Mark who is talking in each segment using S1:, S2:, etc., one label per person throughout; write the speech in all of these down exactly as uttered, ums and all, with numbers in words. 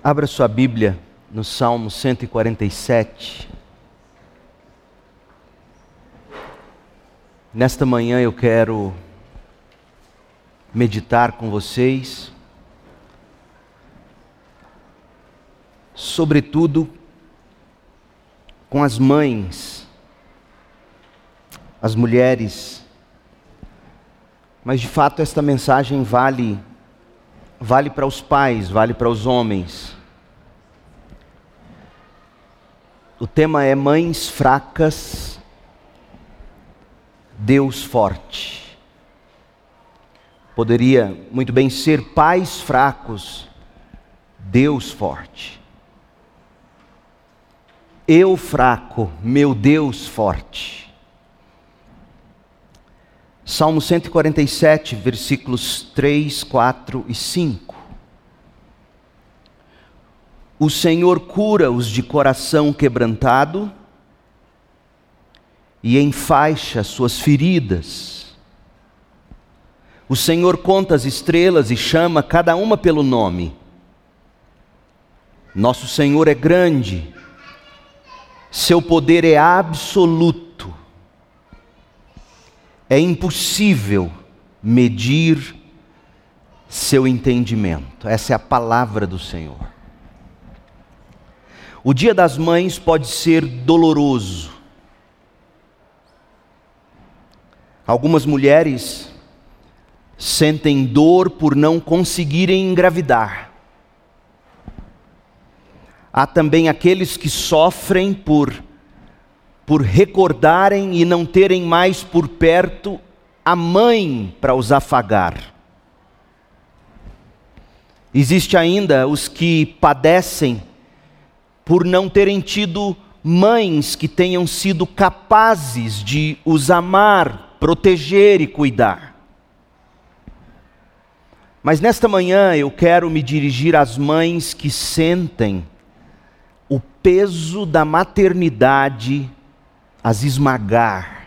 S1: Abra sua Bíblia no Salmo cento e quarenta e sete. Nesta manhã eu quero meditar com vocês, sobretudo com as mães, as mulheres, mas de fato esta mensagem vale, vale para os pais, vale para os homens. O tema é Mães Fracas, Deus Forte. Poderia muito bem ser pais fracos, Deus forte. Eu fraco, meu Deus forte. Salmo cento e quarenta e sete, versículos três, quatro e cinco. O Senhor cura os de coração quebrantado e enfaixa suas feridas. O Senhor conta as estrelas e chama cada uma pelo nome. Nosso Senhor é grande, seu poder é absoluto. É impossível medir seu entendimento. Essa é a palavra do Senhor. O Dia das Mães pode ser doloroso. Algumas mulheres sentem dor por não conseguirem engravidar. Há também aqueles que sofrem por, por recordarem e não terem mais por perto a mãe para os afagar. Existe ainda os que padecem por não terem tido mães que tenham sido capazes de os amar, proteger e cuidar. Mas nesta manhã eu quero me dirigir às mães que sentem o peso da maternidade as esmagar.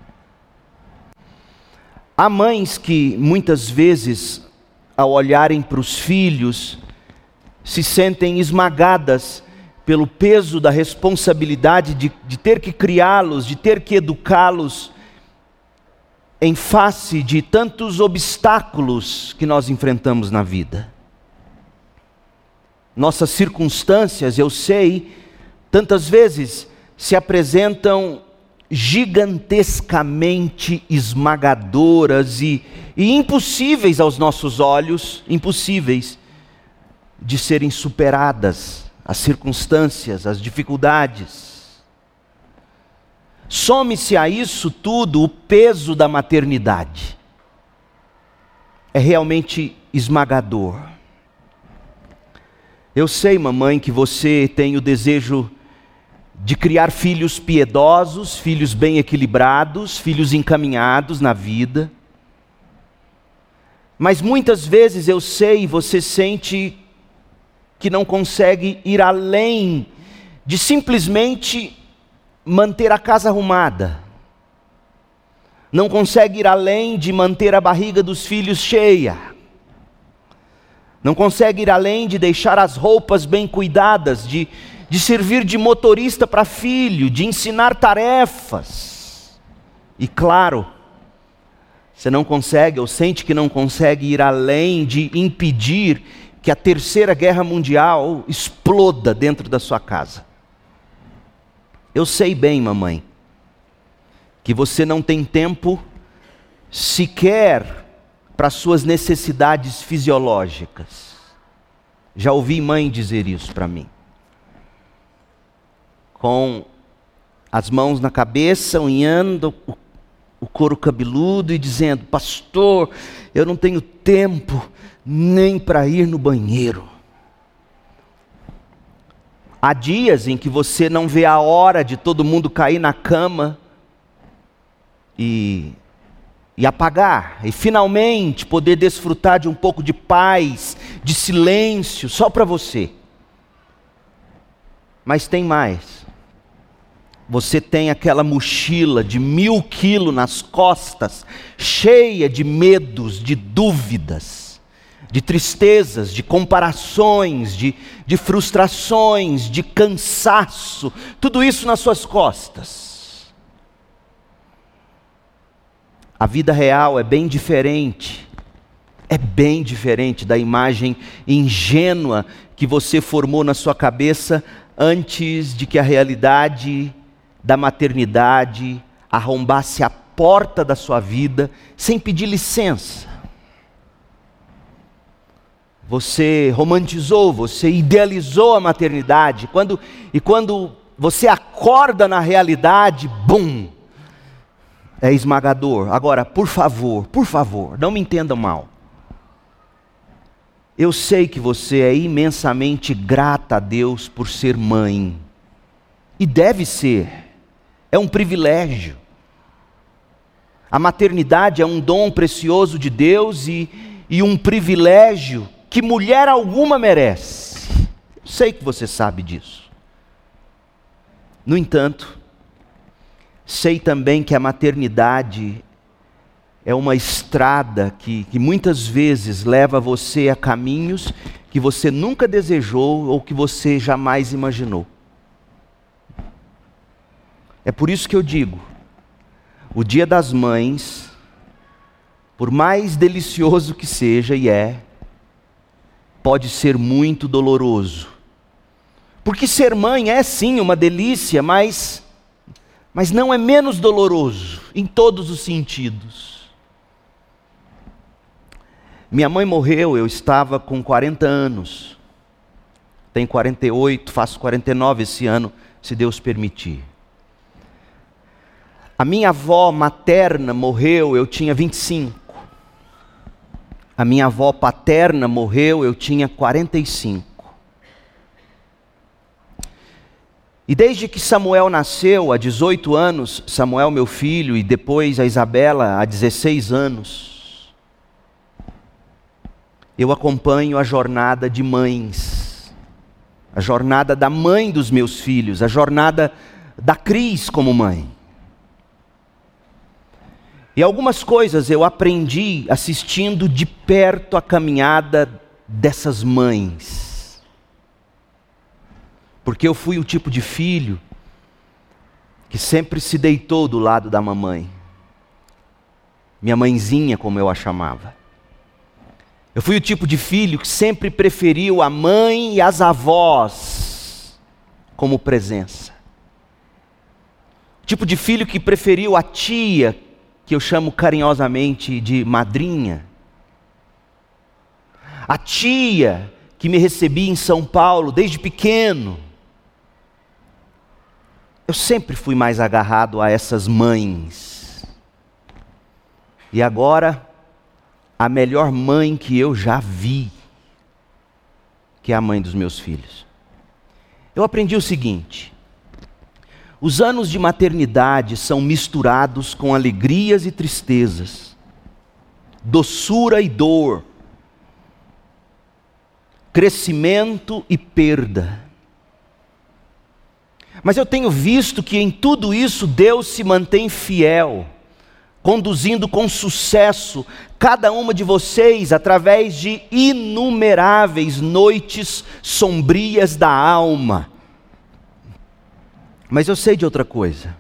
S1: Há mães que muitas vezes, ao olharem para os filhos, se sentem esmagadas pelo peso da responsabilidade de, de ter que criá-los, de ter que educá-los, em face de tantos obstáculos que nós enfrentamos na vida. Nossas circunstâncias, eu sei, tantas vezes se apresentam gigantescamente esmagadoras e, e impossíveis aos nossos olhos, impossíveis de serem superadas, as circunstâncias, as dificuldades. Some-se a isso tudo o peso da maternidade. É realmente esmagador. Eu sei, mamãe, que você tem o desejo de criar filhos piedosos, filhos bem equilibrados, filhos encaminhados na vida. Mas muitas vezes eu sei, você sente que não consegue ir além de simplesmente manter a casa arrumada. Não consegue ir além de manter a barriga dos filhos cheia. Não consegue ir além de deixar as roupas bem cuidadas, de, de servir de motorista para filho, de ensinar tarefas. E claro, você não consegue, ou sente que não consegue ir além de impedir que a terceira guerra mundial exploda dentro da sua casa. Eu sei bem, mamãe, que você não tem tempo sequer para suas necessidades fisiológicas. Já ouvi mãe dizer isso para mim. Com as mãos na cabeça, unhando o, o couro cabeludo e dizendo: pastor, eu não tenho tempo nem para ir no banheiro. Há dias em que você não vê a hora de todo mundo cair na cama e, e apagar, e finalmente poder desfrutar de um pouco de paz, de silêncio, só para você. Mas tem mais. Você tem aquela mochila de mil quilos nas costas, cheia de medos, de dúvidas, de tristezas, de comparações, de, de frustrações, de cansaço, tudo isso nas suas costas. A vida real é bem diferente, é bem diferente da imagem ingênua que você formou na sua cabeça antes de que a realidade da maternidade arrombasse a porta da sua vida sem pedir licença. Você romantizou, você idealizou a maternidade, quando, e quando você acorda na realidade, bum, é esmagador. Agora, por favor, por favor, não me entendam mal. Eu sei que você é imensamente grata a Deus por ser mãe, e deve ser, é um privilégio. A maternidade é um dom precioso de Deus e, e um privilégio que mulher alguma merece. Eu sei que você sabe disso. No entanto, sei também que a maternidade é uma estrada que, que muitas vezes leva você a caminhos que você nunca desejou ou que você jamais imaginou. É por isso que eu digo, o Dia das Mães, por mais delicioso que seja, e é, pode ser muito doloroso. Porque ser mãe é sim uma delícia, mas, mas não é menos doloroso, em todos os sentidos. Minha mãe morreu, eu estava com quarenta anos. Tenho quarenta e oito, faço quarenta e nove esse ano, se Deus permitir. A minha avó materna morreu, eu tinha vinte e cinco. A minha avó paterna morreu, eu tinha quarenta e cinco. E desde que Samuel nasceu, há dezoito anos, Samuel meu filho, e depois a Isabela, há dezesseis anos, eu acompanho a jornada de mães, a jornada da mãe dos meus filhos, a jornada da Cris como mãe. E algumas coisas eu aprendi assistindo de perto a caminhada dessas mães. Porque eu fui o tipo de filho que sempre se deitou do lado da mamãe. Minha mãezinha, como eu a chamava. Eu fui o tipo de filho que sempre preferiu a mãe e as avós como presença. O tipo de filho que preferiu a tia, que eu chamo carinhosamente de madrinha. A tia que me recebia em São Paulo desde pequeno. Eu sempre fui mais agarrado a essas mães. E agora, a melhor mãe que eu já vi, que é a mãe dos meus filhos. Eu aprendi o seguinte: os anos de maternidade são misturados com alegrias e tristezas, doçura e dor, crescimento e perda. Mas eu tenho visto que em tudo isso Deus se mantém fiel, conduzindo com sucesso cada uma de vocês através de inumeráveis noites sombrias da alma. Mas eu sei de outra coisa.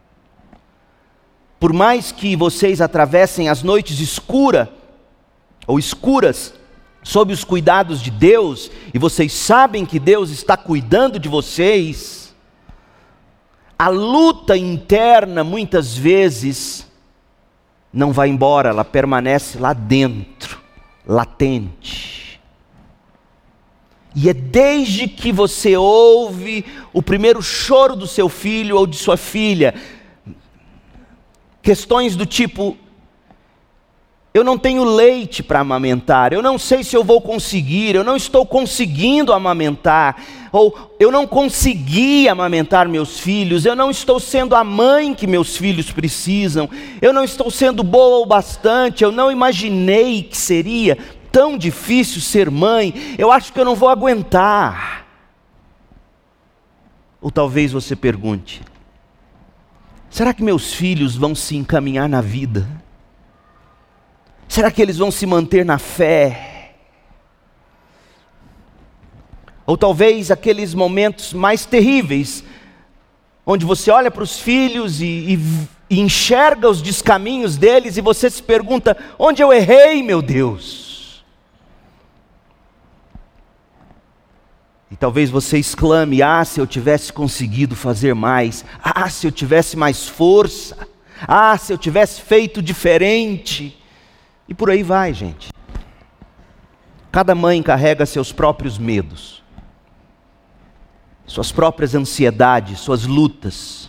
S1: Por mais que vocês atravessem as noites escuras, ou escuras, sob os cuidados de Deus, e vocês sabem que Deus está cuidando de vocês, a luta interna muitas vezes não vai embora, ela permanece lá dentro, latente. E é desde que você ouve o primeiro choro do seu filho ou de sua filha, questões do tipo: eu não tenho leite para amamentar, eu não sei se eu vou conseguir, eu não estou conseguindo amamentar, ou eu não consegui amamentar meus filhos, eu não estou sendo a mãe que meus filhos precisam, eu não estou sendo boa o bastante, eu não imaginei que seria tão difícil ser mãe, eu acho que eu não vou aguentar. Ou talvez você pergunte: será que meus filhos vão se encaminhar na vida? Será que eles vão se manter na fé? Ou talvez aqueles momentos mais terríveis, onde você olha para os filhos e, e, e enxerga os descaminhos deles e você se pergunta: onde eu errei, meu Deus? E talvez você exclame: ah, se eu tivesse conseguido fazer mais, ah, se eu tivesse mais força, ah, se eu tivesse feito diferente. E por aí vai, gente. Cada mãe carrega seus próprios medos, suas próprias ansiedades, suas lutas.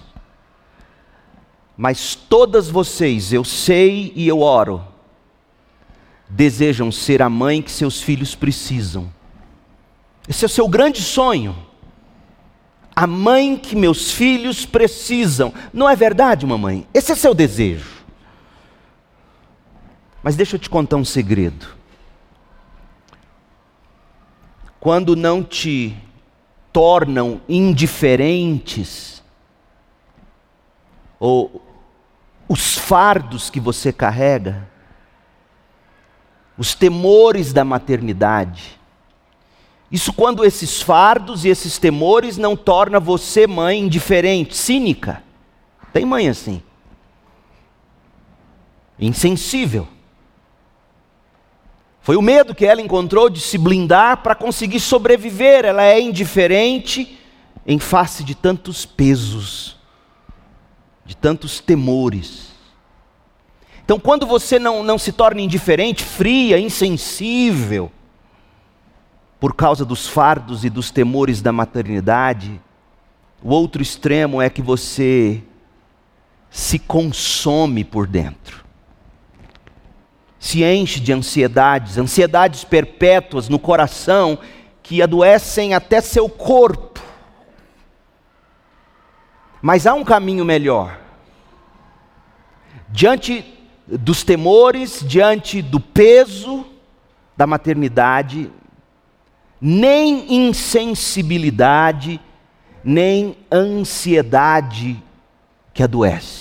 S1: Mas todas vocês, eu sei e eu oro, desejam ser a mãe que seus filhos precisam. Esse é o seu grande sonho. A mãe que meus filhos precisam. Não é verdade, mamãe? Esse é seu desejo. Mas deixa eu te contar um segredo. Quando não te tornam indiferentes, ou os fardos que você carrega, os temores da maternidade, isso quando esses fardos e esses temores não tornam você mãe indiferente, cínica. Tem mãe assim, insensível. Foi o medo que ela encontrou de se blindar para conseguir sobreviver. Ela é indiferente em face de tantos pesos, de tantos temores. Então, quando você não, não se torna indiferente, fria, insensível, por causa dos fardos e dos temores da maternidade, o outro extremo é que você se consome por dentro. Se enche de ansiedades, ansiedades perpétuas no coração, que adoecem até seu corpo. Mas há um caminho melhor. Diante dos temores, diante do peso da maternidade, nem insensibilidade, nem ansiedade que adoece.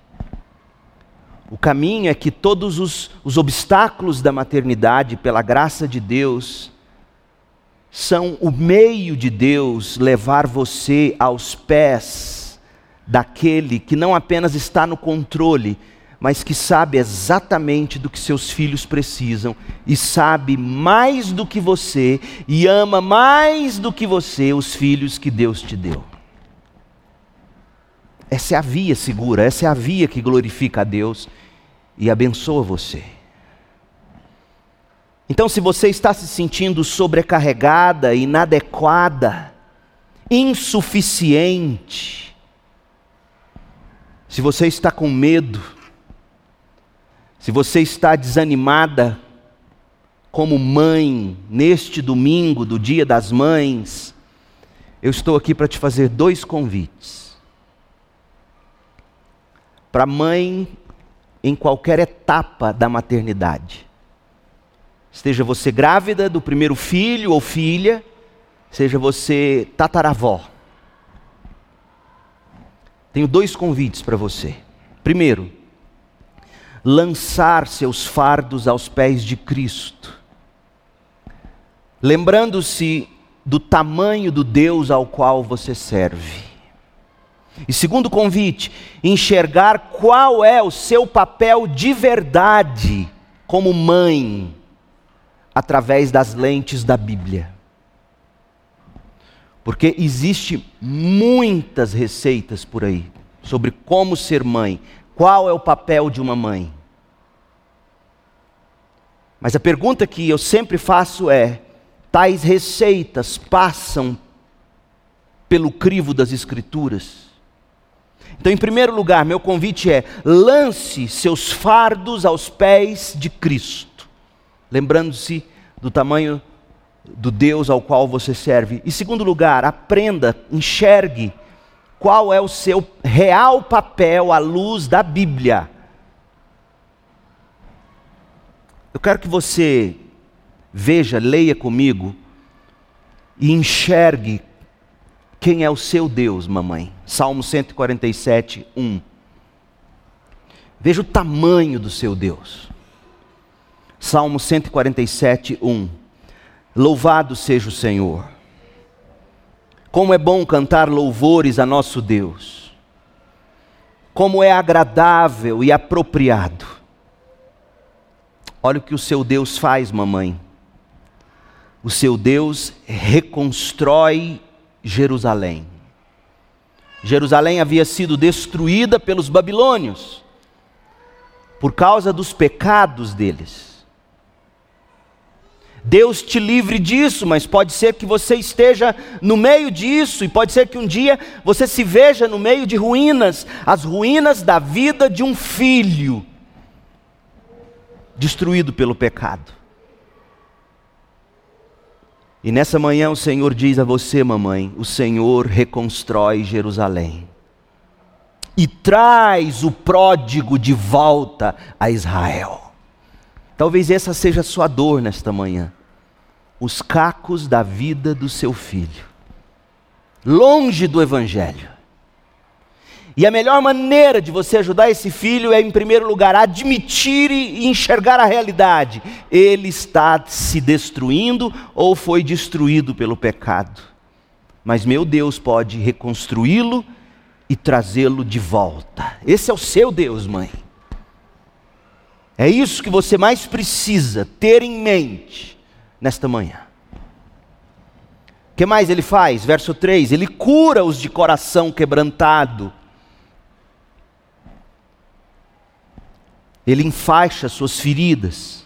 S1: O caminho é que todos os, os obstáculos da maternidade, pela graça de Deus, são o meio de Deus levar você aos pés daquele que não apenas está no controle, mas que sabe exatamente do que seus filhos precisam, e sabe mais do que você, e ama mais do que você os filhos que Deus te deu. Essa é a via segura, essa é a via que glorifica a Deus e abençoa você. Então, se você está se sentindo sobrecarregada, inadequada, insuficiente, se você está com medo, se você está desanimada como mãe neste domingo do Dia das Mães, eu estou aqui para te fazer dois convites. Para mãe em qualquer etapa da maternidade. Esteja você grávida do primeiro filho ou filha, seja você tataravó. Tenho dois convites para você. Primeiro, lançar seus fardos aos pés de Cristo, lembrando-se do tamanho do Deus ao qual você serve. E segundo convite, enxergar qual é o seu papel de verdade como mãe, através das lentes da Bíblia. Porque existe muitas receitas por aí, sobre como ser mãe, qual é o papel de uma mãe. Mas a pergunta que eu sempre faço é, tais receitas passam pelo crivo das Escrituras? Então, em primeiro lugar, meu convite é: lance seus fardos aos pés de Cristo, lembrando-se do tamanho do Deus ao qual você serve. Em segundo lugar, aprenda, enxergue qual é o seu real papel à luz da Bíblia. Eu quero que você veja, leia comigo e enxergue quem é o seu Deus, mamãe. Salmo cento e quarenta e sete, um. Veja o tamanho do seu Deus. Salmo cento e quarenta e sete, um. Louvado seja o Senhor, Como é bom cantar louvores a nosso Deus. Como é agradável e apropriado. Olha o que o seu Deus faz, mamãe. O seu Deus reconstrói Jerusalém. Jerusalém havia sido destruída pelos babilônios, por causa dos pecados deles. Deus te livre disso, mas pode ser que você esteja no meio disso, e pode ser que um dia você se veja no meio de ruínas, as ruínas da vida de um filho, destruído pelo pecado. E nessa manhã o Senhor diz a você, mamãe, o Senhor reconstrói Jerusalém. E traz o pródigo de volta a Israel. Talvez essa seja a sua dor nesta manhã. Os cacos da vida do seu filho. Longe do Evangelho. E a melhor maneira de você ajudar esse filho é, em primeiro lugar, admitir e enxergar a realidade. Ele está se destruindo ou foi destruído pelo pecado. Mas meu Deus pode reconstruí-lo e trazê-lo de volta. Esse é o seu Deus, mãe. É isso que você mais precisa ter em mente nesta manhã. O que mais ele faz? Verso três, ele cura os de coração quebrantado. Ele enfaixa suas feridas.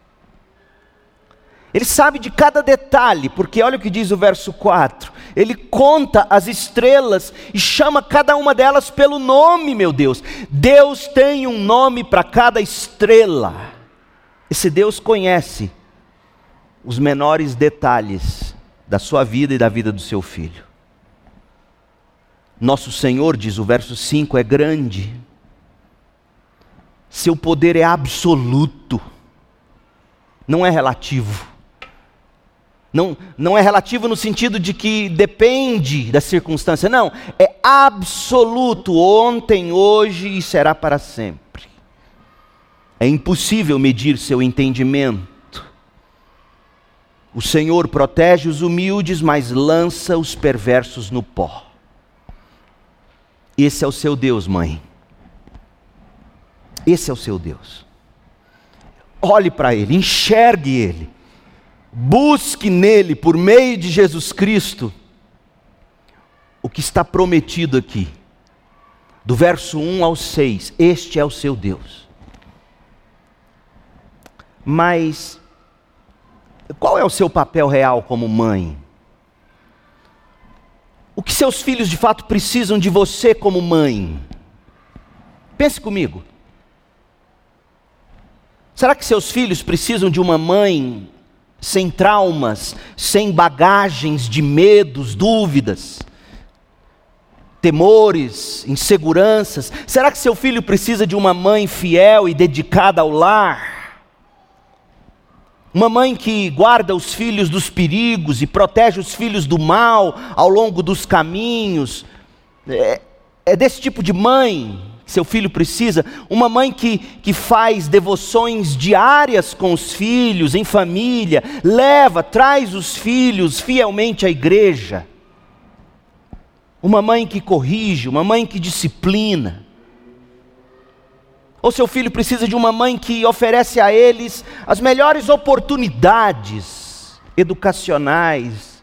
S1: Ele sabe de cada detalhe, porque olha o que diz o verso quatro. Ele conta as estrelas e chama cada uma delas pelo nome, meu Deus. Deus tem um nome para cada estrela. Esse Deus conhece os menores detalhes da sua vida e da vida do seu filho. Nosso Senhor, diz o verso cinco, é grande. Seu poder é absoluto, não é relativo. Não, não é relativo no sentido de que depende da circunstância, não. É absoluto, ontem, hoje e será para sempre. É impossível medir seu entendimento. O Senhor protege os humildes, mas lança os perversos no pó. Esse é o seu Deus, mãe. Esse é o seu Deus. Olhe para Ele, enxergue Ele. Busque nele, por meio de Jesus Cristo, o que está prometido aqui. Do verso um ao seis, este é o seu Deus. Mas, qual é o seu papel real como mãe? O que seus filhos de fato precisam de você como mãe? Pense comigo. Será que seus filhos precisam de uma mãe sem traumas, sem bagagens de medos, dúvidas, temores, inseguranças? Será que seu filho precisa de uma mãe fiel e dedicada ao lar? Uma mãe que guarda os filhos dos perigos e protege os filhos do mal ao longo dos caminhos? É, é desse tipo de mãe seu filho precisa, uma mãe que, que faz devoções diárias com os filhos, em família, leva, traz os filhos fielmente à igreja. Uma mãe que corrige, uma mãe que disciplina. Ou seu filho precisa de uma mãe que oferece a eles as melhores oportunidades educacionais,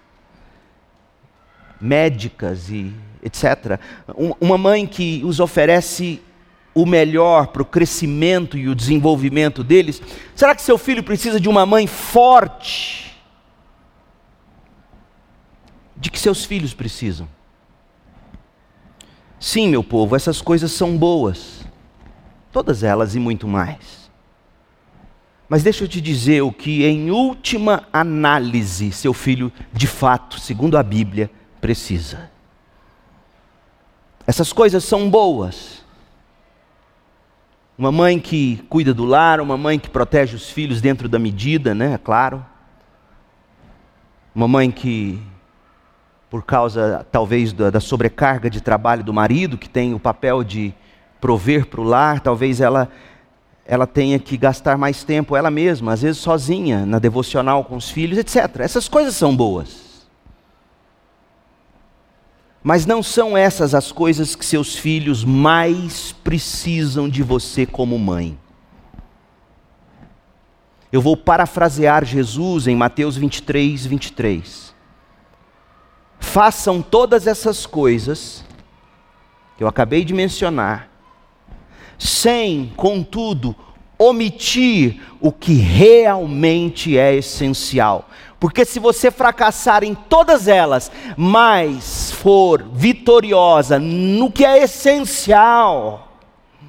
S1: médicas e etcétera. Uma mãe que os oferece o melhor para o crescimento e o desenvolvimento deles. Será que seu filho precisa de uma mãe forte? De que seus filhos precisam? Sim, meu povo, essas coisas são boas. Todas elas e muito mais. Mas deixa eu te dizer o que, em última análise, seu filho, de fato, segundo a Bíblia, precisa. Essas coisas são boas. Uma mãe que cuida do lar, uma mãe que protege os filhos dentro da medida, né, é claro. Uma mãe que, por causa talvez da, da sobrecarga de trabalho do marido, que tem o papel de prover para o lar, talvez ela, ela tenha que gastar mais tempo ela mesma, às vezes sozinha, na devocional com os filhos, etcétera. Essas coisas são boas. Mas não são essas as coisas que seus filhos mais precisam de você como mãe. Eu vou parafrasear Jesus em Mateus vinte e três, vinte e três. Façam todas essas coisas que eu acabei de mencionar, sem, contudo, omitir o que realmente é essencial. Porque se você fracassar em todas elas, mas for vitoriosa no que é essencial,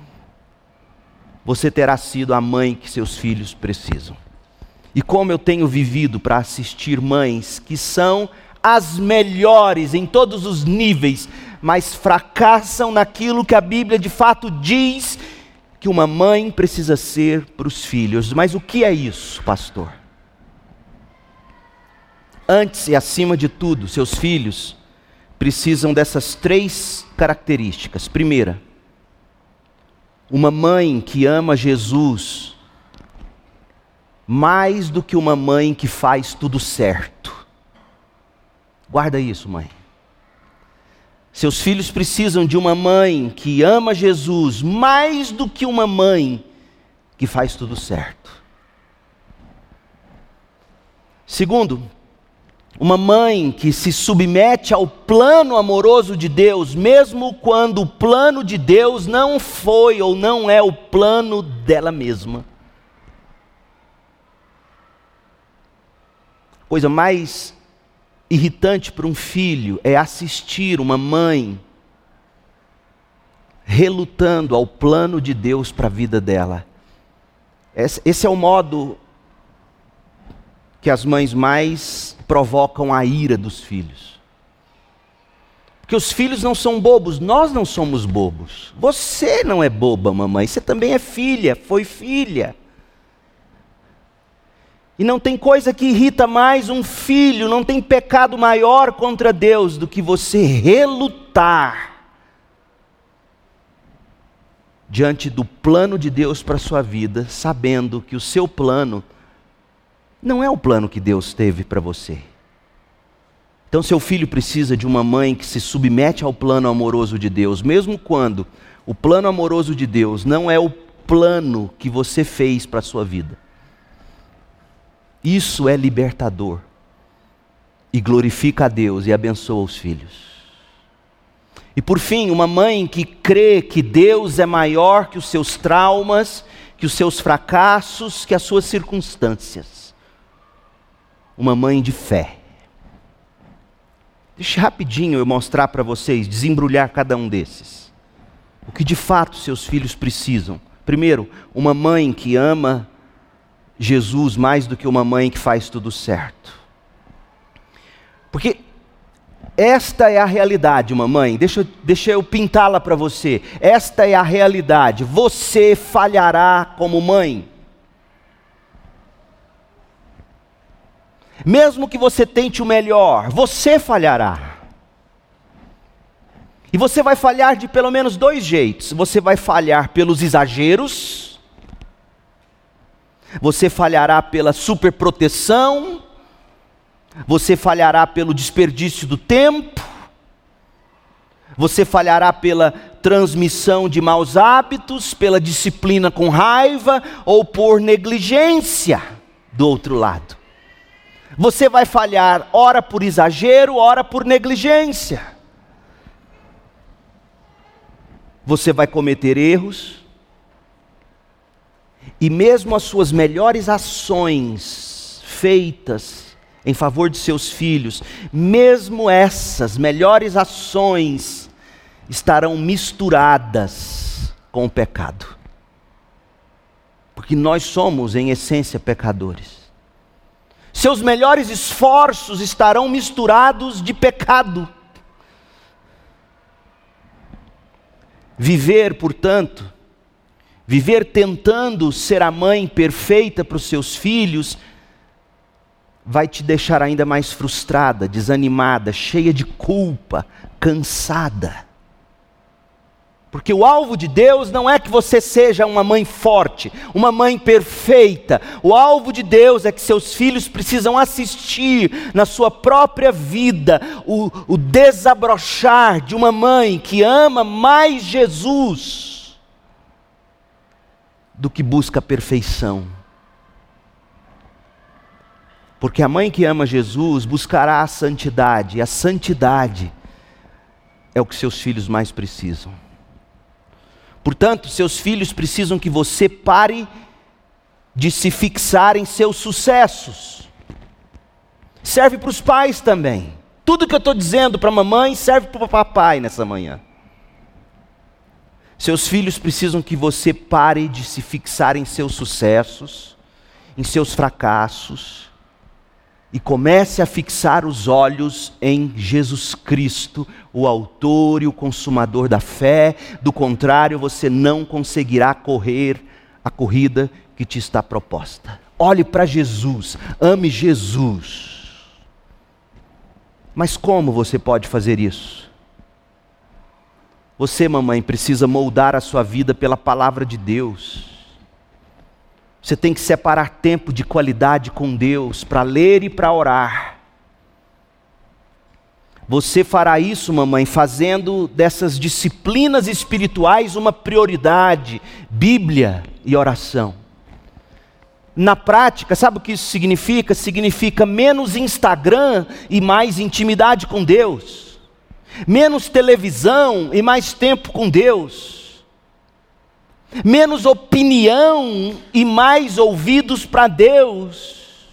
S1: você terá sido a mãe que seus filhos precisam. E como eu tenho vivido para assistir mães que são as melhores em todos os níveis, mas fracassam naquilo que a Bíblia de fato diz que uma mãe precisa ser para os filhos. Mas o que é isso, pastor? Antes e acima de tudo, seus filhos precisam dessas três características. Primeira, uma mãe que ama Jesus mais do que uma mãe que faz tudo certo. Guarda isso, mãe. Seus filhos precisam de uma mãe que ama Jesus mais do que uma mãe que faz tudo certo. Segundo, uma mãe que se submete ao plano amoroso de Deus, mesmo quando o plano de Deus não foi ou não é o plano dela mesma. Coisa mais irritante para um filho é assistir uma mãe relutando ao plano de Deus para a vida dela. Esse é o modo que as mães mais provocam a ira dos filhos. Porque os filhos não são bobos, nós não somos bobos. Você não é boba, mamãe, você também é filha, foi filha. E não tem coisa que irrita mais um filho, não tem pecado maior contra Deus do que você relutar diante do plano de Deus para a sua vida, sabendo que o seu plano não é o plano que Deus teve para você. Então seu filho precisa de uma mãe que se submete ao plano amoroso de Deus, mesmo quando o plano amoroso de Deus não é o plano que você fez para a sua vida. Isso é libertador e glorifica a Deus e abençoa os filhos. E por fim, uma mãe que crê que Deus é maior que os seus traumas, que os seus fracassos, que as suas circunstâncias. Uma mãe de fé. Deixa rapidinho eu mostrar para vocês, desembrulhar cada um desses. O que de fato seus filhos precisam. Primeiro, uma mãe que ama Jesus mais do que uma mãe que faz tudo certo. Porque esta é a realidade, mamãe. Deixa, deixa eu pintá-la para você. Esta é a realidade. Você falhará como mãe. Mesmo que você tente o melhor, você falhará. E você vai falhar de pelo menos dois jeitos. Você vai falhar pelos exageros. Você falhará pela superproteção. Você falhará pelo desperdício do tempo. Você falhará pela transmissão de maus hábitos, pela disciplina com raiva ou por negligência do outro lado. Você vai falhar ora por exagero, ora por negligência. Você vai cometer erros. E mesmo as suas melhores ações feitas em favor de seus filhos, mesmo essas melhores ações estarão misturadas com o pecado. Porque nós somos, em essência, pecadores. Seus melhores esforços estarão misturados de pecado. Viver, portanto, viver tentando ser a mãe perfeita para os seus filhos, vai te deixar ainda mais frustrada, desanimada, cheia de culpa, cansada. Porque o alvo de Deus não é que você seja uma mãe forte, uma mãe perfeita. O alvo de Deus é que seus filhos precisam assistir na sua própria vida o, o desabrochar de uma mãe que ama mais Jesus do que busca a perfeição. Porque a mãe que ama Jesus buscará a santidade, e a santidade é o que seus filhos mais precisam. Portanto, seus filhos precisam que você pare de se fixar em seus sucessos. Serve para os pais também. Tudo que eu estou dizendo para a mamãe serve para o papai nessa manhã. Seus filhos precisam que você pare de se fixar em seus sucessos, em seus fracassos, e comece a fixar os olhos em Jesus Cristo, o autor e o consumador da fé. Do contrário, você não conseguirá correr a corrida que te está proposta. Olhe para Jesus, ame Jesus. Mas como você pode fazer isso? Você, mamãe, precisa moldar a sua vida pela palavra de Deus. Você tem que separar tempo de qualidade com Deus para ler e para orar. Você fará isso, mamãe, fazendo dessas disciplinas espirituais uma prioridade, Bíblia e oração. Na prática, sabe o que isso significa? Significa menos Instagram e mais intimidade com Deus. Menos televisão e mais tempo com Deus. Menos opinião e mais ouvidos para Deus.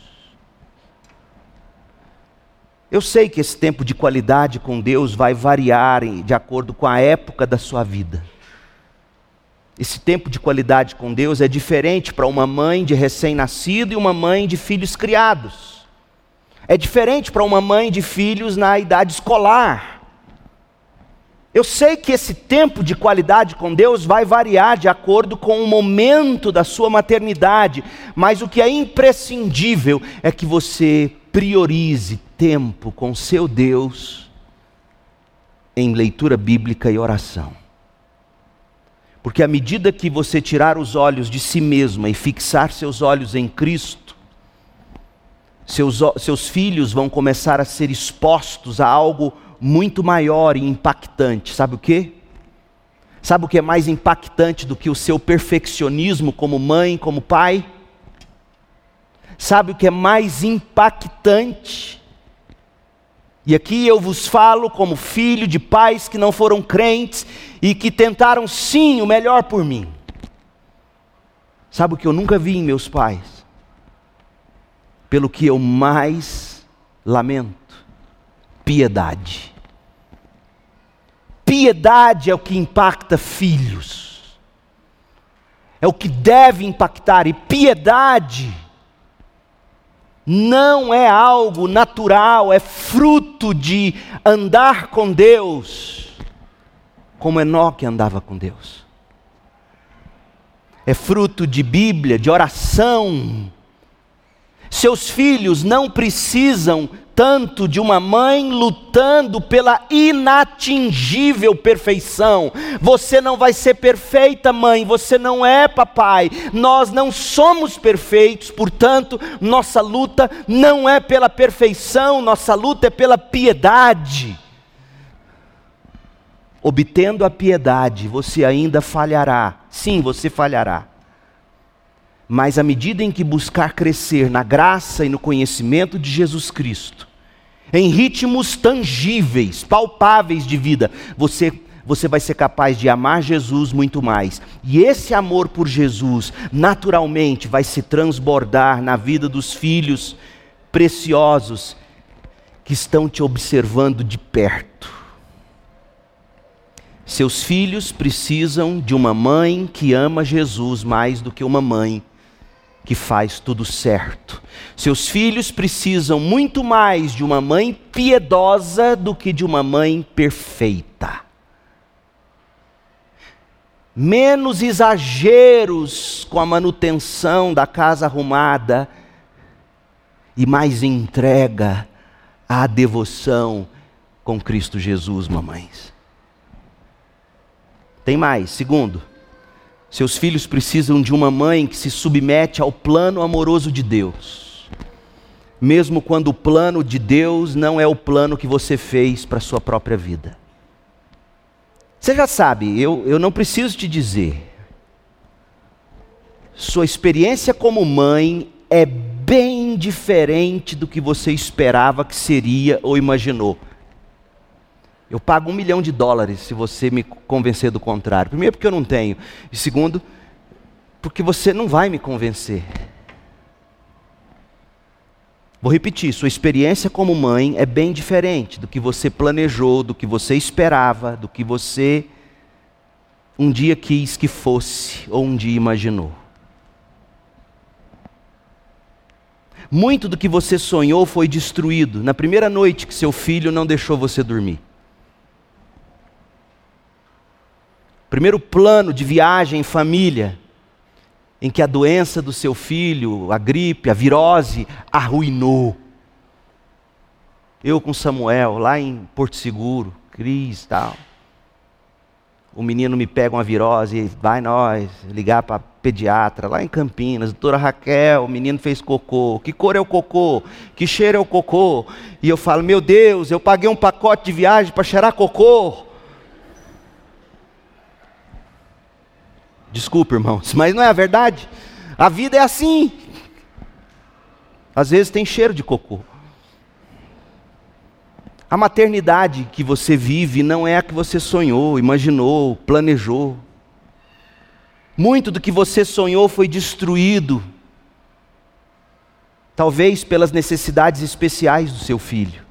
S1: Eu sei que esse tempo de qualidade com Deus vai variar de acordo com a época da sua vida. Esse tempo de qualidade com Deus é diferente para uma mãe de recém-nascido e uma mãe de filhos criados. É diferente para uma mãe de filhos na idade escolar. Eu sei que esse tempo de qualidade com Deus vai variar de acordo com o momento da sua maternidade, mas o que é imprescindível é que você priorize tempo com seu Deus em leitura bíblica e oração. Porque à medida que você tirar os olhos de si mesma e fixar seus olhos em Cristo, seus, seus filhos vão começar a ser expostos a algo muito maior e impactante. Sabe o quê? Sabe o que é mais impactante do que o seu perfeccionismo como mãe, como pai? Sabe o que é mais impactante? E aqui eu vos falo como filho de pais que não foram crentes e que tentaram sim o melhor por mim. Sabe o que eu nunca vi em meus pais? Pelo que eu mais lamento? Piedade. Piedade é o que impacta filhos. É o que deve impactar. E piedade não é algo natural, é fruto de andar com Deus, como Enoque andava com Deus. É fruto de Bíblia, de oração. Seus filhos não precisam tanto de uma mãe lutando pela inatingível perfeição. Você não vai ser perfeita, mãe, você não é, papai. Nós não somos perfeitos, portanto, nossa luta não é pela perfeição, nossa luta é pela piedade. Obtendo a piedade, você ainda falhará. Sim, você falhará. Mas à medida em que buscar crescer na graça e no conhecimento de Jesus Cristo, em ritmos tangíveis, palpáveis de vida, você, você vai ser capaz de amar Jesus muito mais. E esse amor por Jesus, naturalmente, vai se transbordar na vida dos filhos preciosos que estão te observando de perto. Seus filhos precisam de uma mãe que ama Jesus mais do que uma mãe que faz tudo certo. Seus filhos precisam muito mais de uma mãe piedosa do que de uma mãe perfeita. Menos exageros com a manutenção da casa arrumada e mais entrega à devoção com Cristo Jesus, mamães. Tem mais. Segundo, seus filhos precisam de uma mãe que se submete ao plano amoroso de Deus, mesmo quando o plano de Deus não é o plano que você fez para a sua própria vida. Você já sabe, eu, eu não preciso te dizer, sua experiência como mãe é bem diferente do que você esperava que seria ou imaginou. Eu pago um milhão de dólares se você me convencer do contrário. Primeiro, porque eu não tenho. E segundo, porque você não vai me convencer. Vou repetir, sua experiência como mãe é bem diferente do que você planejou, do que você esperava, do que você um dia quis que fosse ou um dia imaginou. Muito do que você sonhou foi destruído na primeira noite que seu filho não deixou você dormir. Primeiro plano de viagem em família, em que a doença do seu filho, a gripe, a virose, arruinou. Eu com Samuel, lá em Porto Seguro, Cris e tal. O menino me pega uma virose, vai nós, ligar para pediatra, lá em Campinas, doutora Raquel, o menino fez cocô. Que cor é o cocô? Que cheiro é o cocô? E eu falo, meu Deus, eu paguei um pacote de viagem para cheirar cocô. Desculpa, irmãos, mas não é a verdade? A vida é assim. Às vezes tem cheiro de cocô. A maternidade que você vive não é a que você sonhou, imaginou, planejou. Muito do que você sonhou foi destruído, talvez pelas necessidades especiais do seu filho.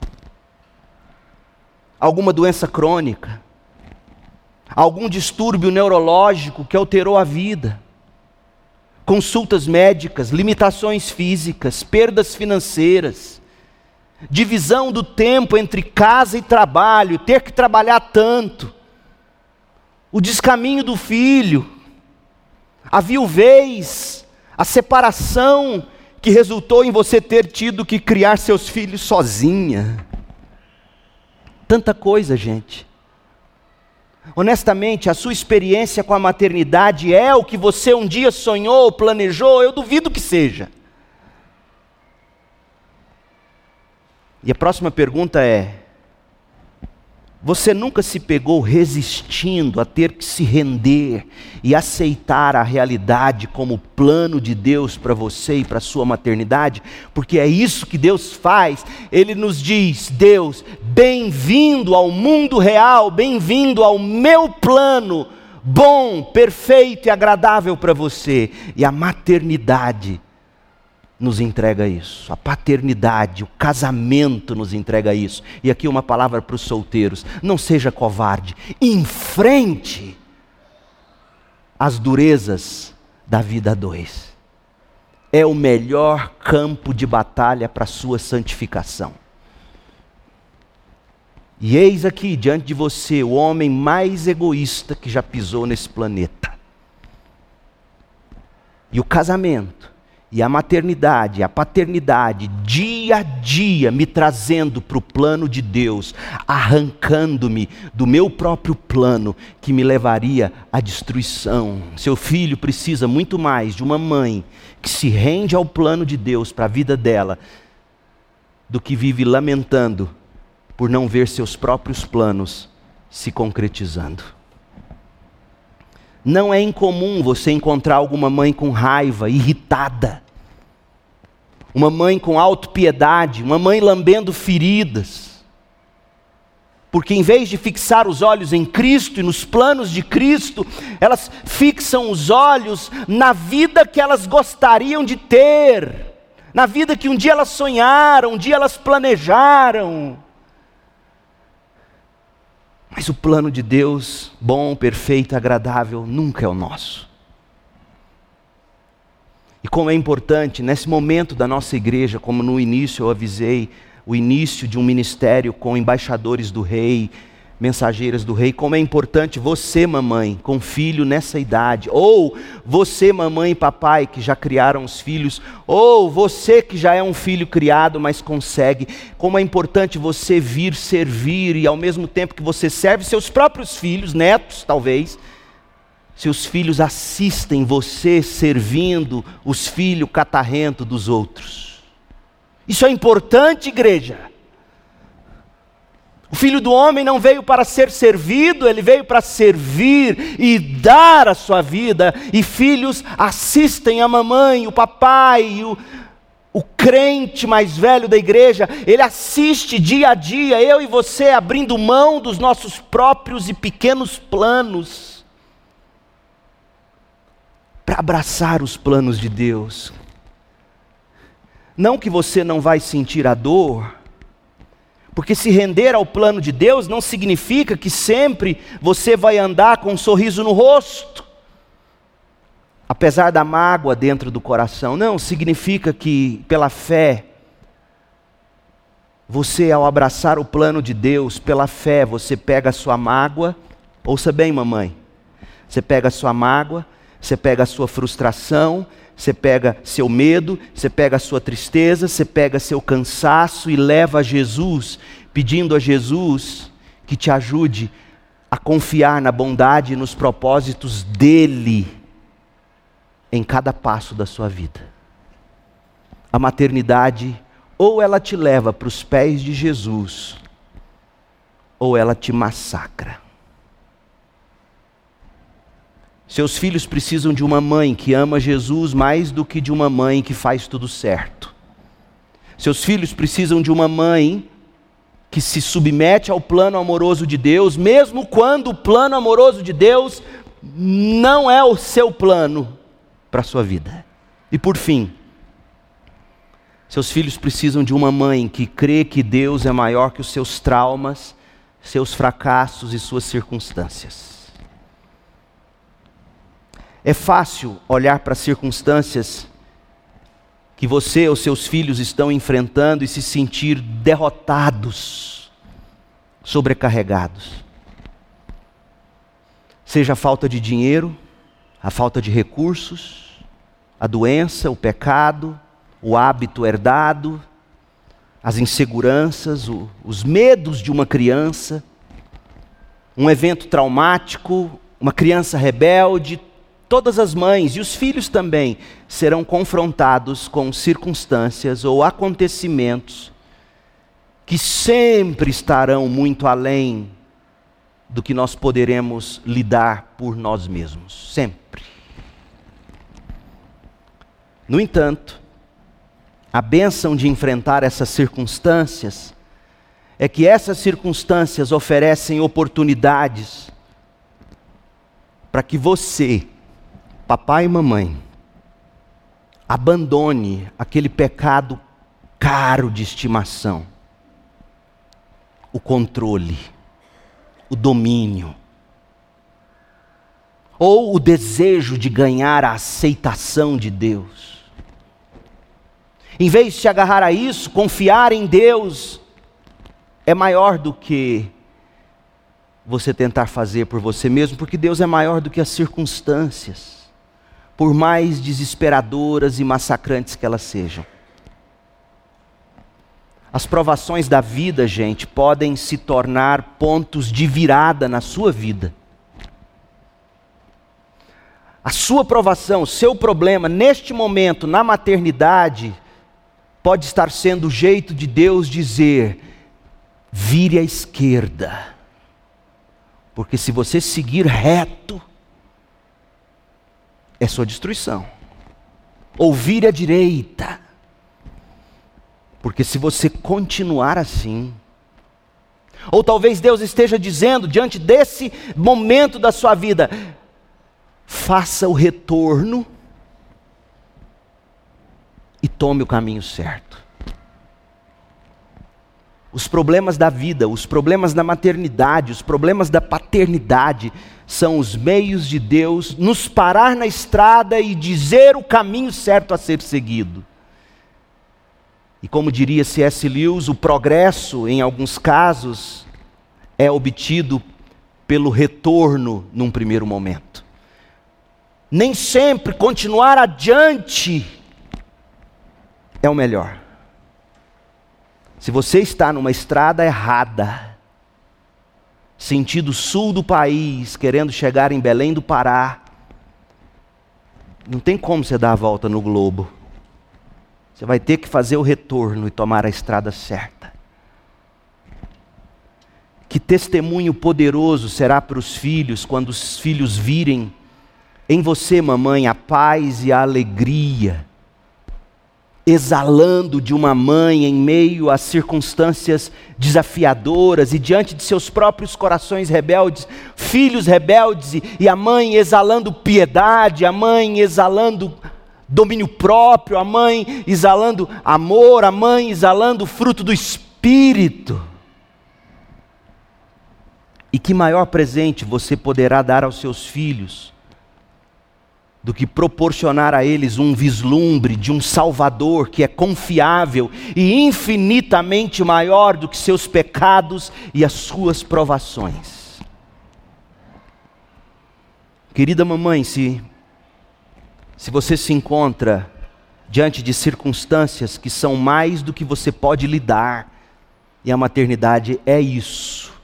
S1: Alguma doença crônica, algum distúrbio neurológico que alterou a vida, consultas médicas, limitações físicas, perdas financeiras, divisão do tempo entre casa e trabalho, ter que trabalhar tanto, o descaminho do filho, a viuvez, a separação que resultou em você ter tido que criar seus filhos sozinha. Tanta coisa, gente. Honestamente, a sua experiência com a maternidade é o que você um dia sonhou, planejou? Eu duvido que seja. E a próxima pergunta é: você nunca se pegou resistindo a ter que se render e aceitar a realidade como plano de Deus para você e para a sua maternidade? Porque é isso que Deus faz. Ele nos diz, Deus, bem-vindo ao mundo real, bem-vindo ao meu plano, bom, perfeito e agradável para você. E a maternidade nos entrega isso, a paternidade, o casamento nos entrega isso. E aqui uma palavra para os solteiros: não seja covarde, enfrente as durezas da vida a dois. É o melhor campo de batalha para a sua santificação. E eis aqui diante de você o homem mais egoísta que já pisou nesse planeta. E o casamento, e a maternidade, a paternidade, dia a dia me trazendo para o plano de Deus, arrancando-me do meu próprio plano que me levaria à destruição. Seu filho precisa muito mais de uma mãe que se rende ao plano de Deus para a vida dela, do que vive lamentando por não ver seus próprios planos se concretizando. Não é incomum você encontrar alguma mãe com raiva, irritada. Uma mãe com autopiedade, uma mãe lambendo feridas. Porque em vez de fixar os olhos em Cristo e nos planos de Cristo, elas fixam os olhos na vida que elas gostariam de ter, na vida que um dia elas sonharam, um dia elas planejaram. Mas o plano de Deus, bom, perfeito, agradável, nunca é o nosso. E como é importante, nesse momento da nossa igreja, como no início eu avisei, o início de um ministério com embaixadores do rei, mensageiras do rei, como é importante você, mamãe, com filho nessa idade, ou você, mamãe e papai, que já criaram os filhos, ou você que já é um filho criado, mas consegue, como é importante você vir servir, e ao mesmo tempo que você serve seus próprios filhos, netos talvez, seus filhos assistem você servindo os filhos catarrentos dos outros. Isso é importante, igreja. O Filho do Homem não veio para ser servido, ele veio para servir e dar a sua vida. E filhos assistem a mamãe, o papai, o, o crente mais velho da igreja, ele assiste dia a dia, eu e você abrindo mão dos nossos próprios e pequenos planos, para abraçar os planos de Deus. Não que você não vai sentir a dor, porque se render ao plano de Deus não significa que sempre você vai andar com um sorriso no rosto, apesar da mágoa dentro do coração. Não, significa que pela fé, você ao abraçar o plano de Deus, pela fé você pega a sua mágoa, ouça bem mamãe, você pega a sua mágoa, você pega a sua frustração, você pega seu medo, você pega a sua tristeza, você pega seu cansaço e leva a Jesus, pedindo a Jesus que te ajude a confiar na bondade e nos propósitos dEle em cada passo da sua vida. A maternidade, ou ela te leva para os pés de Jesus, ou ela te massacra. Seus filhos precisam de uma mãe que ama Jesus mais do que de uma mãe que faz tudo certo. Seus filhos precisam de uma mãe que se submete ao plano amoroso de Deus, mesmo quando o plano amoroso de Deus não é o seu plano para a sua vida. E por fim, seus filhos precisam de uma mãe que crê que Deus é maior que os seus traumas, seus fracassos e suas circunstâncias. É fácil olhar para as circunstâncias que você ou seus filhos estão enfrentando e se sentir derrotados, sobrecarregados. Seja a falta de dinheiro, a falta de recursos, a doença, o pecado, o hábito herdado, as inseguranças, o, os medos de uma criança, um evento traumático, uma criança rebelde. Todas as mães e os filhos também serão confrontados com circunstâncias ou acontecimentos que sempre estarão muito além do que nós poderemos lidar por nós mesmos, sempre. No entanto, a bênção de enfrentar essas circunstâncias é que essas circunstâncias oferecem oportunidades para que você, papai e mamãe, abandone aquele pecado caro de estimação, o controle, o domínio, ou o desejo de ganhar a aceitação de Deus. Em vez de se agarrar a isso, confiar em Deus é maior do que você tentar fazer por você mesmo, porque Deus é maior do que as circunstâncias, por mais desesperadoras e massacrantes que elas sejam. As provações da vida, gente, podem se tornar pontos de virada na sua vida. A sua provação, o seu problema, neste momento, na maternidade, pode estar sendo o jeito de Deus dizer: vire à esquerda, porque se você seguir reto, é sua destruição. Ou vire à direita, porque se você continuar assim, ou talvez Deus esteja dizendo, diante desse momento da sua vida, faça o retorno e tome o caminho certo. Os problemas da vida, os problemas da maternidade, os problemas da paternidade são os meios de Deus nos parar na estrada e dizer o caminho certo a ser seguido. E como diria C S Lewis, o progresso, em alguns casos, é obtido pelo retorno num primeiro momento. Nem sempre continuar adiante é o melhor. Se você está numa estrada errada, sentido sul do país, querendo chegar em Belém do Pará, Não tem como você dar a volta no globo. Você vai ter que fazer o retorno e tomar a estrada certa. Que testemunho poderoso será para os filhos quando os filhos virem em você, mamãe, a paz e a alegria, exalando de uma mãe em meio às circunstâncias desafiadoras e diante de seus próprios corações rebeldes, filhos rebeldes, e, e a mãe exalando piedade, a mãe exalando domínio próprio, a mãe exalando amor, a mãe exalando o fruto do Espírito. E que maior presente você poderá dar aos seus filhos do que proporcionar a eles um vislumbre de um Salvador que é confiável e infinitamente maior do que seus pecados e as suas provações. Querida mamãe, se, se você se encontra diante de circunstâncias que são mais do que você pode lidar, e a maternidade é isso.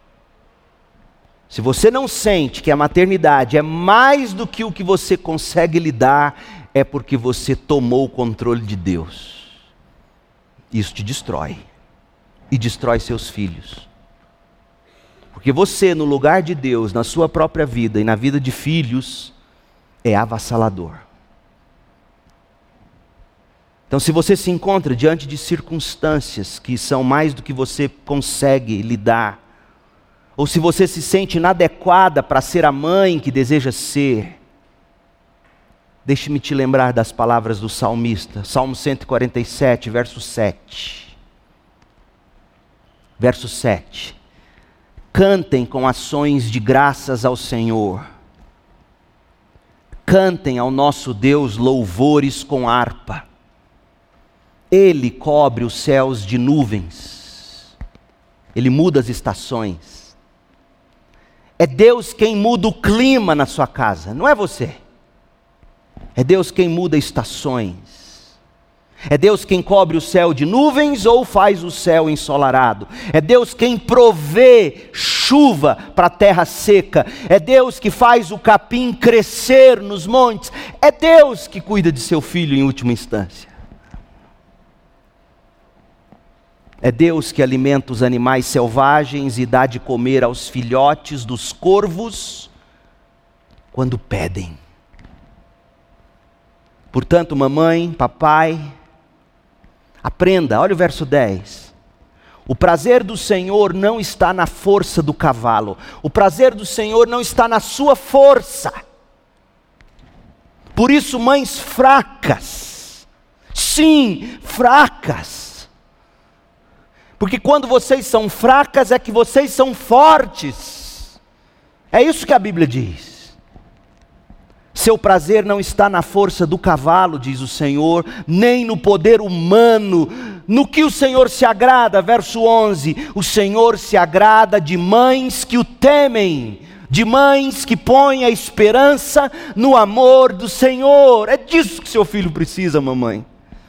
S1: Se você não sente que a maternidade é mais do que o que você consegue lidar, é porque você tomou o controle de Deus. Isso te destrói. E destrói seus filhos. Porque você, no lugar de Deus, na sua própria vida e na vida de filhos, é avassalador. Então, se você se encontra diante de circunstâncias que são mais do que você consegue lidar, ou se você se sente inadequada para ser a mãe que deseja ser, deixe-me te lembrar das palavras do salmista, Salmo cento e quarenta e sete, verso sete. Verso sete. Cantem com ações de graças ao Senhor. Cantem ao nosso Deus louvores com harpa. Ele cobre os céus de nuvens. Ele muda as estações. É Deus quem muda o clima na sua casa, não é você. É Deus quem muda estações. É Deus quem cobre o céu de nuvens ou faz o céu ensolarado. É Deus quem provê chuva para a terra seca. É Deus que faz o capim crescer nos montes. É Deus que cuida de seu filho em última instância. É Deus que alimenta os animais selvagens e dá de comer aos filhotes dos corvos quando pedem. Portanto, mamãe, papai, aprenda, olha o verso dez. O prazer do Senhor não está na força do cavalo. O prazer do Senhor não está na sua força. Por isso, mães fracas, sim, fracas. Porque quando vocês são fracas é que vocês são fortes. É isso que a Bíblia diz. Seu prazer não está na força do cavalo, diz o Senhor, nem no poder humano. No que o Senhor se agrada, verso onze, o Senhor se agrada de mães que o temem, de mães que põem a esperança no amor do Senhor. É disso que seu filho precisa, mamãe.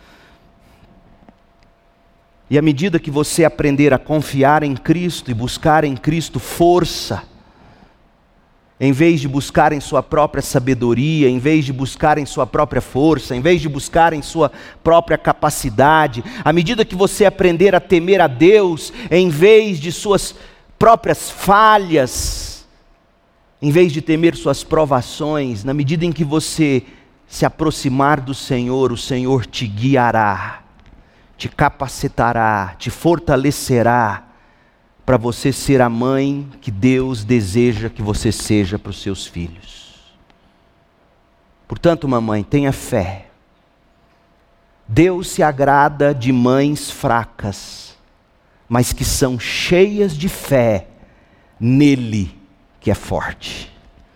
S1: E à medida que você aprender a confiar em Cristo e buscar em Cristo força, em vez de buscar em sua própria sabedoria, em vez de buscar em sua própria força, em vez de buscar em sua própria capacidade, à medida que você aprender a temer a Deus, em vez de suas próprias falhas, em vez de temer suas provações, na medida em que você se aproximar do Senhor, o Senhor te guiará, te capacitará, te fortalecerá para você ser a mãe que Deus deseja que você seja para os seus filhos. Portanto, mamãe, tenha fé. Deus se agrada de mães fracas, mas que são cheias de fé nele, que é forte.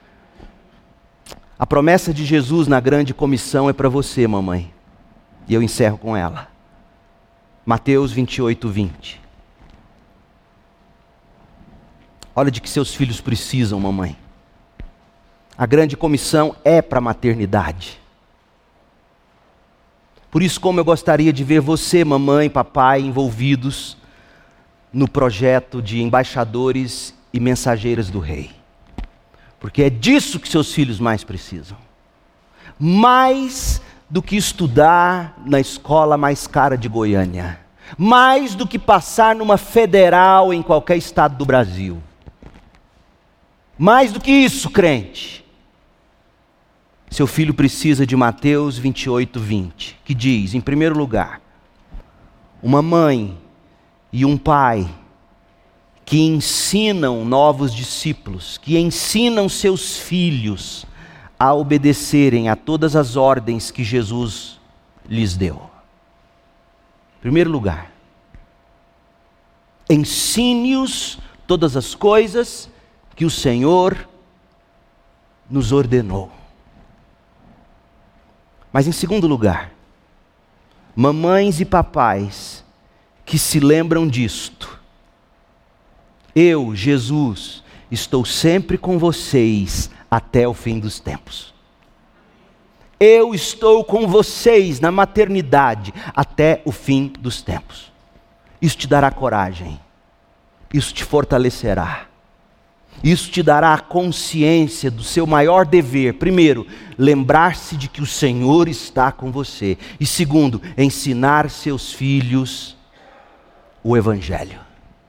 S1: A promessa de Jesus na grande comissão é para você, mamãe. E eu encerro com ela. Mateus vinte e oito, vinte. Olha de que seus filhos precisam, mamãe. A grande comissão é para a maternidade. Por isso, como eu gostaria de ver você, mamãe, papai, envolvidos no projeto de embaixadores e mensageiras do Rei. Porque é disso que seus filhos mais precisam. mais do que estudar na escola mais cara de Goiânia, mais do que passar numa federal em qualquer estado do Brasil. Mais do que isso, crente. Seu filho precisa de Mateus vinte e oito, vinte, que diz, em primeiro lugar, uma mãe e um pai que ensinam novos discípulos, que ensinam seus filhos a obedecerem a todas as ordens que Jesus lhes deu. Em primeiro lugar, ensine-os todas as coisas que o Senhor nos ordenou. Mas em segundo lugar, mamães e papais que se lembram disto. Eu, Jesus, estou sempre com vocês até o fim dos tempos. Eu estou com vocês na maternidade até o fim dos tempos. Isso te dará coragem. Isso te fortalecerá. Isso te dará a consciência do seu maior dever. Primeiro, lembrar-se de que o Senhor está com você. E segundo, ensinar seus filhos o Evangelho.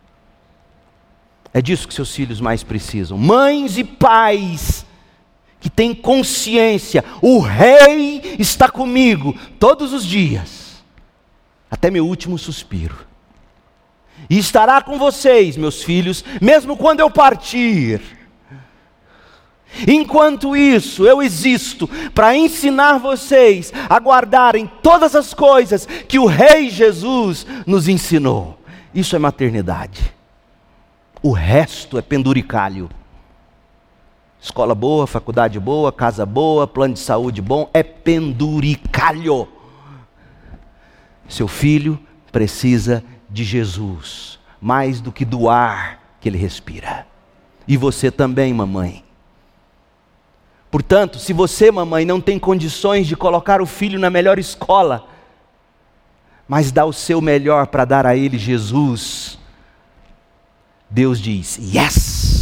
S1: É disso que seus filhos mais precisam. Mães e pais que têm consciência, o Rei está comigo todos os dias, até meu último suspiro. E estará com vocês, meus filhos, mesmo quando eu partir. Enquanto isso, eu existo para ensinar vocês a guardarem todas as coisas que o Rei Jesus nos ensinou. Isso é maternidade. O resto é penduricalho. Escola boa, faculdade boa, casa boa, plano de saúde bom, é penduricalho. Seu filho precisa de Jesus, mais do que do ar que ele respira. E você também, mamãe. Portanto, se você, mamãe, não tem condições de colocar o filho na melhor escola, mas dá o seu melhor para dar a ele Jesus, Deus diz, yes!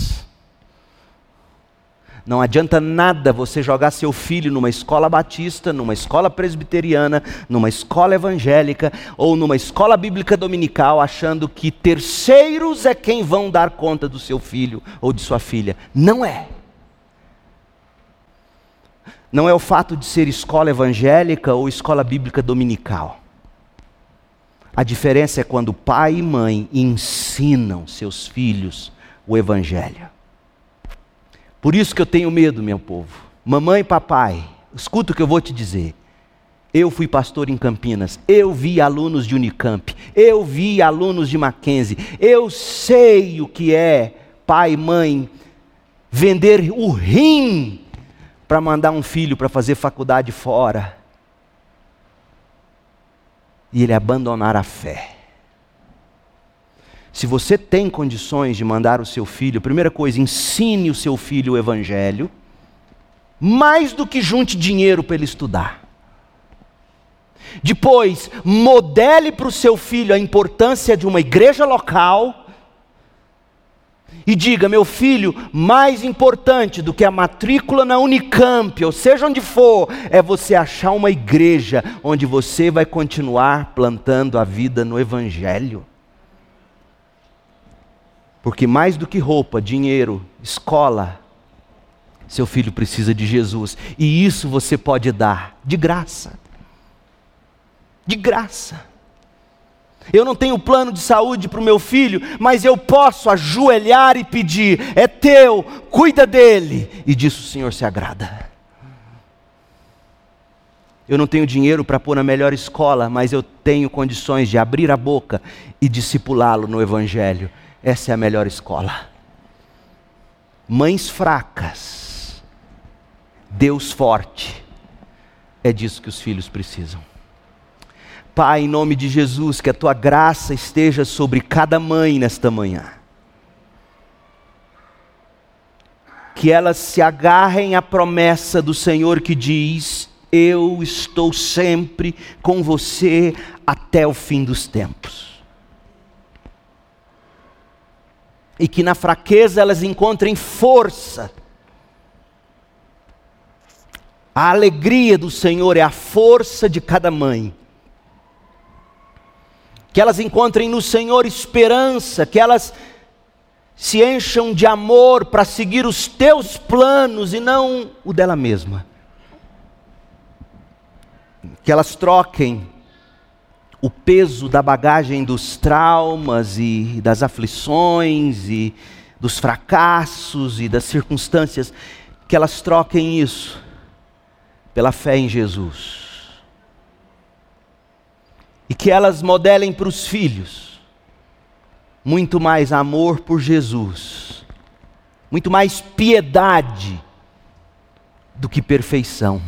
S1: Não adianta nada você jogar seu filho numa escola batista, numa escola presbiteriana, numa escola evangélica ou numa escola bíblica dominical, achando que terceiros é quem vão dar conta do seu filho ou de sua filha. Não é. Não é o fato de ser escola evangélica ou escola bíblica dominical. A diferença é quando pai e mãe ensinam seus filhos o Evangelho. Por isso que eu tenho medo, meu povo. Mamãe e papai, escuta o que eu vou te dizer. Eu fui pastor em Campinas, eu vi alunos de Unicamp, eu vi alunos de Mackenzie, eu sei o que é pai e mãe vender o rim para mandar um filho para fazer faculdade fora. E ele abandonar a fé. Se você tem condições de mandar o seu filho, primeira coisa, ensine o seu filho o Evangelho, mais do que junte dinheiro para ele estudar. Depois, modele para o seu filho a importância de uma igreja local e diga, meu filho, mais importante do que a matrícula na Unicamp, ou seja onde for, é você achar uma igreja onde você vai continuar plantando a vida no Evangelho. Porque mais do que roupa, dinheiro, escola, seu filho precisa de Jesus. E isso você pode dar de graça. De graça. Eu não tenho plano de saúde para o meu filho, mas eu posso ajoelhar e pedir, é teu, cuida dele. E disso o Senhor se agrada. Eu não tenho dinheiro para pôr na melhor escola, mas eu tenho condições de abrir a boca e discipulá-lo no Evangelho. Essa é a melhor escola. Mães fracas, Deus forte, é disso que os filhos precisam. Pai, em nome de Jesus, que a tua graça esteja sobre cada mãe nesta manhã. Que elas se agarrem à promessa do Senhor que diz, eu estou sempre com você até o fim dos tempos. E que na fraqueza elas encontrem força A alegria do Senhor é a força de cada mãe. Que elas encontrem no Senhor esperança, que elas se encham de amor para seguir os teus planos e não o dela mesma. Que elas troquem o peso da bagagem dos traumas e das aflições e dos fracassos e das circunstâncias, que elas troquem isso pela fé em Jesus. E que elas modelem para os filhos muito mais amor por Jesus, muito mais piedade do que perfeição.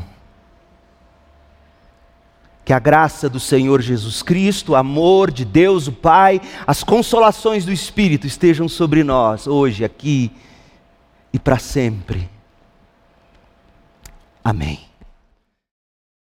S1: Que a graça do Senhor Jesus Cristo, o amor de Deus o Pai, as consolações do Espírito estejam sobre nós, hoje, aqui e para sempre. Amém.